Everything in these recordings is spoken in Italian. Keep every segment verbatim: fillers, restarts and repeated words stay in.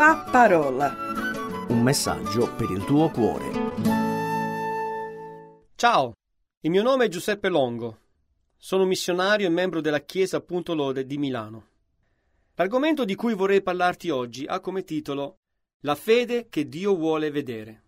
La parola. Un messaggio per il tuo cuore. Ciao, il mio nome è Giuseppe Longo. Sono missionario e membro della Chiesa Punto Lode di Milano. L'argomento di cui vorrei parlarti oggi ha come titolo La fede che Dio vuole vedere.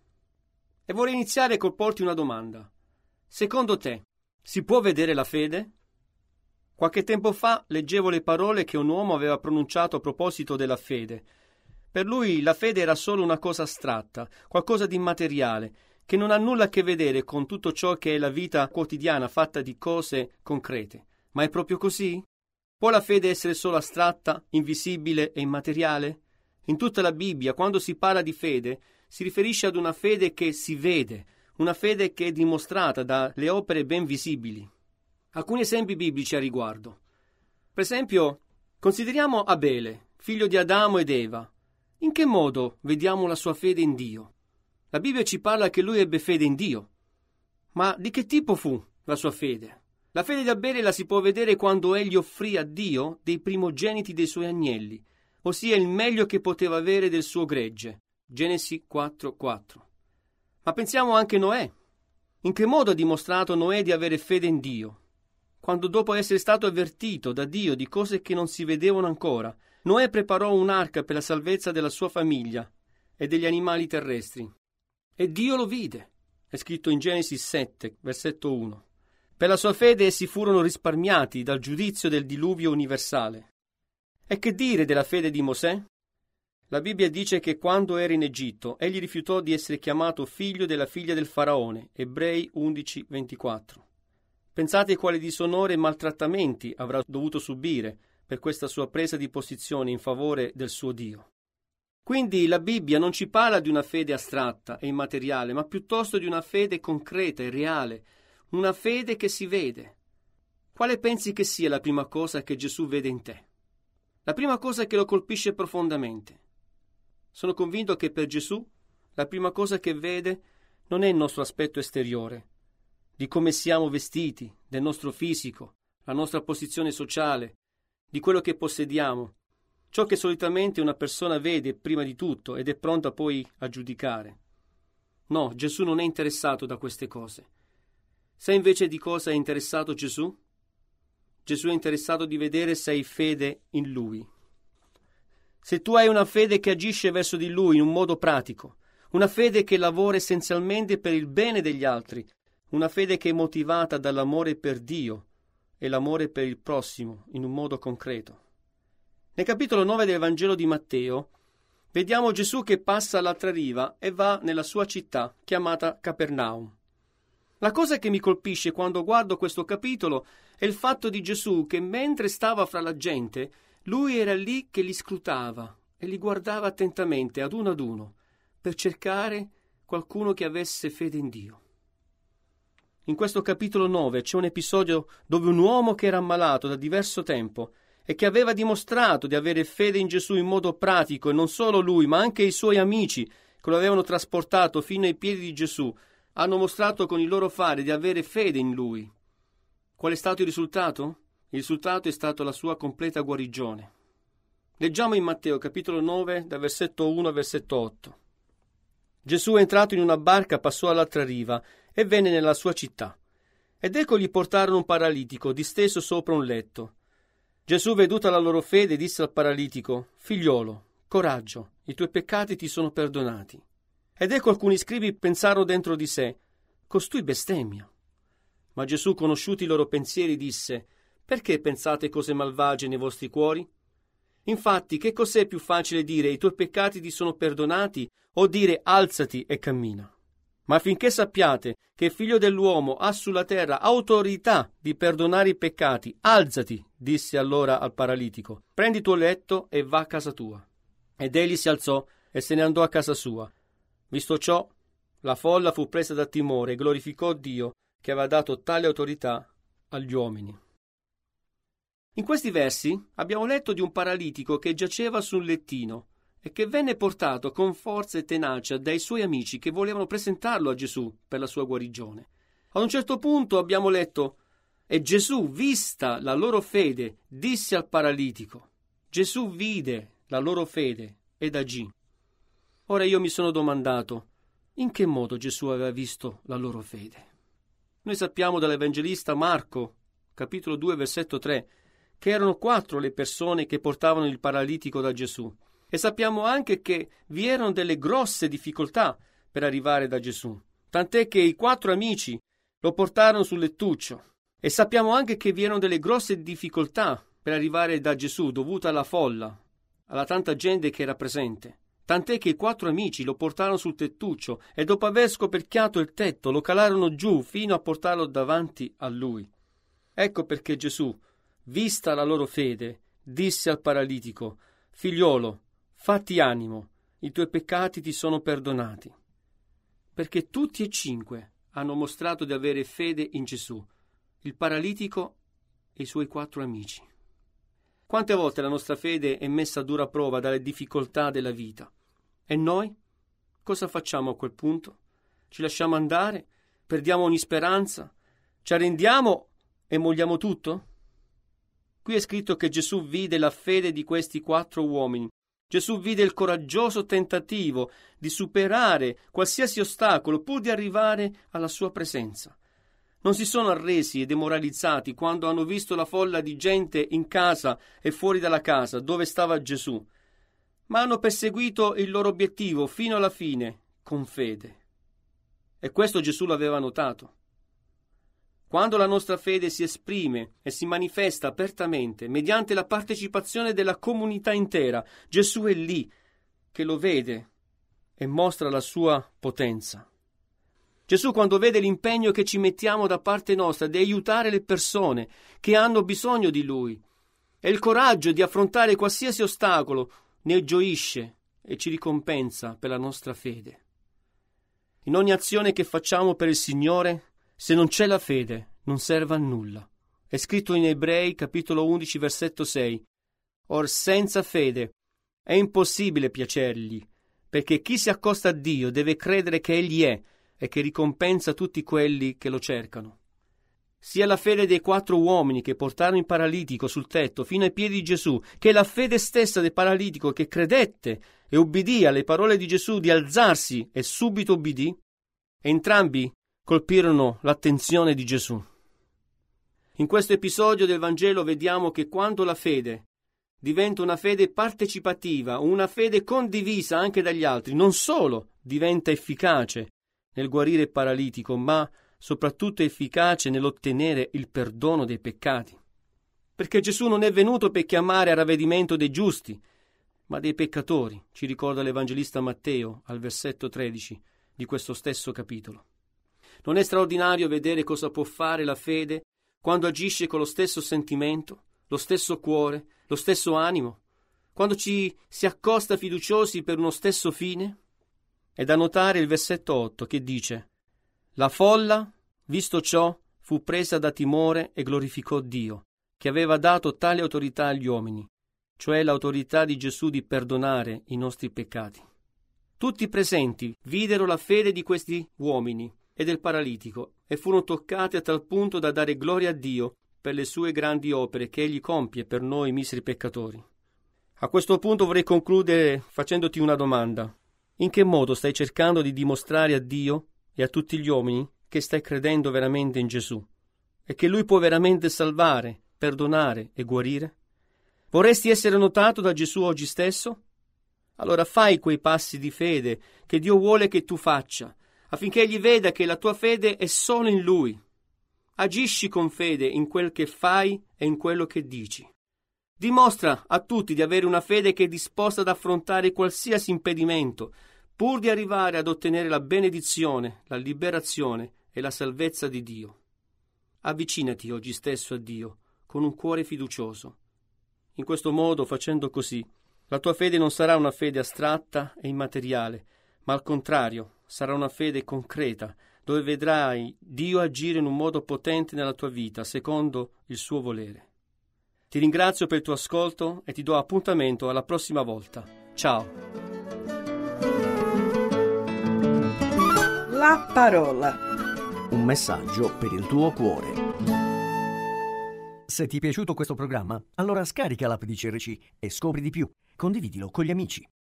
E vorrei iniziare col porti una domanda. Secondo te, si può vedere la fede? Qualche tempo fa leggevo le parole che un uomo aveva pronunciato a proposito della fede. Per lui la fede era solo una cosa astratta, qualcosa di immateriale, che non ha nulla a che vedere con tutto ciò che è la vita quotidiana fatta di cose concrete. Ma è proprio così? Può la fede essere solo astratta, invisibile e immateriale? In tutta la Bibbia, quando si parla di fede, si riferisce ad una fede che si vede, una fede che è dimostrata dalle opere ben visibili. Alcuni esempi biblici a riguardo. Per esempio, consideriamo Abele, figlio di Adamo ed Eva. In che modo vediamo la sua fede in Dio? La Bibbia ci parla che lui ebbe fede in Dio. Ma di che tipo fu la sua fede? La fede di Abele la si può vedere quando egli offrì a Dio dei primogeniti dei suoi agnelli, ossia il meglio che poteva avere del suo gregge. Genesi quattro quattro. Ma pensiamo anche a Noè. In che modo ha dimostrato Noè di avere fede in Dio? Quando dopo essere stato avvertito da Dio di cose che non si vedevano ancora, Noè preparò un'arca per la salvezza della sua famiglia e degli animali terrestri. E Dio lo vide. È scritto in Genesi sette, versetto uno. Per la sua fede essi furono risparmiati dal giudizio del diluvio universale. E che dire della fede di Mosè? La Bibbia dice che quando era in Egitto, egli rifiutò di essere chiamato figlio della figlia del faraone. Ebrei undici ventiquattro. Pensate quali disonore e maltrattamenti avrà dovuto subire per questa sua presa di posizione in favore del suo Dio. Quindi la Bibbia non ci parla di una fede astratta e immateriale, ma piuttosto di una fede concreta e reale, una fede che si vede. Quale pensi che sia la prima cosa che Gesù vede in te? La prima cosa che lo colpisce profondamente. Sono convinto che per Gesù la prima cosa che vede non è il nostro aspetto esteriore, di come siamo vestiti, del nostro fisico, la nostra posizione sociale, di quello che possediamo, ciò che solitamente una persona vede prima di tutto ed è pronta poi a giudicare. No, Gesù non è interessato da queste cose. Sai invece di cosa è interessato Gesù? Gesù è interessato di vedere se hai fede in Lui. Se tu hai una fede che agisce verso di Lui in un modo pratico, una fede che lavora essenzialmente per il bene degli altri, una fede che è motivata dall'amore per Dio e l'amore per il prossimo in un modo concreto. Nel capitolo nove del Vangelo di Matteo vediamo Gesù che passa l'altra riva e va nella sua città chiamata Capernaum. La cosa che mi colpisce quando guardo questo capitolo è il fatto di Gesù che mentre stava fra la gente, lui era lì che li scrutava e li guardava attentamente ad uno ad uno per cercare qualcuno che avesse fede in Dio. In questo capitolo nove c'è un episodio dove un uomo che era ammalato da diverso tempo e che aveva dimostrato di avere fede in Gesù in modo pratico, e non solo lui, ma anche i suoi amici che lo avevano trasportato fino ai piedi di Gesù, hanno mostrato con il loro fare di avere fede in lui. Qual è stato il risultato? Il risultato è stato la sua completa guarigione. Leggiamo in Matteo capitolo nove, da versetto uno a versetto otto. Gesù, entrato in una barca, passò all'altra riva e venne nella sua città. Ed ecco gli portarono un paralitico disteso sopra un letto. Gesù, veduta la loro fede, disse al paralitico: Figliolo, coraggio, i tuoi peccati ti sono perdonati. Ed ecco alcuni scribi pensarono dentro di sé: costui bestemmia. Ma Gesù, conosciuti i loro pensieri, disse: perché pensate cose malvagie nei vostri cuori? Infatti, che cos'è più facile dire i tuoi peccati ti sono perdonati, o dire alzati e cammina? Ma affinché sappiate che il Figlio dell'uomo ha sulla terra autorità di perdonare i peccati, alzati, disse allora al paralitico, prendi il tuo letto e va a casa tua. Ed egli si alzò e se ne andò a casa sua. Visto ciò, la folla fu presa da timore e glorificò Dio che aveva dato tale autorità agli uomini. In questi versi abbiamo letto di un paralitico che giaceva su un lettino e che venne portato con forza e tenacia dai suoi amici che volevano presentarlo a Gesù per la sua guarigione. Ad un certo punto abbiamo letto: e Gesù, vista la loro fede, disse al paralitico. Gesù vide la loro fede ed agì. Ora io mi sono domandato, in che modo Gesù aveva visto la loro fede? Noi sappiamo dall'Evangelista Marco, capitolo due, versetto tre, che erano quattro le persone che portavano il paralitico da Gesù. E sappiamo anche che vi erano delle grosse difficoltà per arrivare da Gesù, tant'è che i quattro amici lo portarono sul lettuccio. E sappiamo anche che vi erano delle grosse difficoltà per arrivare da Gesù, dovuta alla folla, alla tanta gente che era presente. Tant'è che i quattro amici lo portarono sul tettuccio e dopo aver scoperchiato il tetto lo calarono giù fino a portarlo davanti a lui. Ecco perché Gesù, vista la loro fede, disse al paralitico: «Figliolo, fatti animo, i tuoi peccati ti sono perdonati». Perché tutti e cinque hanno mostrato di avere fede in Gesù, il paralitico e i suoi quattro amici. Quante volte la nostra fede è messa a dura prova dalle difficoltà della vita? E noi? Cosa facciamo a quel punto? Ci lasciamo andare? Perdiamo ogni speranza? Ci arrendiamo e molliamo tutto? Qui è scritto che Gesù vide la fede di questi quattro uomini. Gesù vide il coraggioso tentativo di superare qualsiasi ostacolo pur di arrivare alla sua presenza. Non si sono arresi e demoralizzati quando hanno visto la folla di gente in casa e fuori dalla casa dove stava Gesù, ma hanno perseguito il loro obiettivo fino alla fine con fede. E questo Gesù l'aveva notato. Quando la nostra fede si esprime e si manifesta apertamente mediante la partecipazione della comunità intera, Gesù è lì che lo vede e mostra la sua potenza. Gesù, quando vede l'impegno che ci mettiamo da parte nostra di aiutare le persone che hanno bisogno di Lui e il coraggio di affrontare qualsiasi ostacolo, ne gioisce e ci ricompensa per la nostra fede. In ogni azione che facciamo per il Signore, se non c'è la fede, non serve a nulla. È scritto in Ebrei, capitolo undici, versetto sei. Or senza fede è impossibile piacergli, perché chi si accosta a Dio deve credere che Egli è e che ricompensa tutti quelli che lo cercano. Sia la fede dei quattro uomini che portarono il paralitico sul tetto fino ai piedi di Gesù, che la fede stessa del paralitico che credette e ubbidì alle parole di Gesù di alzarsi e subito ubbidì, entrambi colpirono l'attenzione di Gesù. In questo episodio del Vangelo vediamo che quando la fede diventa una fede partecipativa, una fede condivisa anche dagli altri, non solo diventa efficace nel guarire il paralitico, ma soprattutto efficace nell'ottenere il perdono dei peccati. Perché Gesù non è venuto per chiamare a ravvedimento dei giusti, ma dei peccatori, ci ricorda l'Evangelista Matteo al versetto tredici di questo stesso capitolo. Non è straordinario vedere cosa può fare la fede quando agisce con lo stesso sentimento, lo stesso cuore, lo stesso animo, quando ci si accosta fiduciosi per uno stesso fine? È da notare il versetto otto che dice: «La folla, visto ciò, fu presa da timore e glorificò Dio, che aveva dato tale autorità agli uomini, cioè l'autorità di Gesù di perdonare i nostri peccati». Tutti i presenti videro la fede di questi uomini e del paralitico e furono toccati a tal punto da dare gloria a Dio per le sue grandi opere che Egli compie per noi miseri peccatori. A questo punto vorrei concludere facendoti una domanda. In che modo stai cercando di dimostrare a Dio e a tutti gli uomini che stai credendo veramente in Gesù e che Lui può veramente salvare, perdonare e guarire? Vorresti essere notato da Gesù oggi stesso? Allora fai quei passi di fede che Dio vuole che tu faccia, affinché Egli veda che la tua fede è solo in Lui. Agisci con fede in quel che fai e in quello che dici. Dimostra a tutti di avere una fede che è disposta ad affrontare qualsiasi impedimento, pur di arrivare ad ottenere la benedizione, la liberazione e la salvezza di Dio. Avvicinati oggi stesso a Dio con un cuore fiducioso. In questo modo, facendo così, la tua fede non sarà una fede astratta e immateriale, ma al contrario sarà una fede concreta, dove vedrai Dio agire in un modo potente nella tua vita, secondo il suo volere. Ti ringrazio per il tuo ascolto e ti do appuntamento alla prossima volta. Ciao. La parola. Un messaggio per il tuo cuore. Se ti è piaciuto questo programma, allora scarica l'app di C R C e scopri di più. Condividilo con gli amici.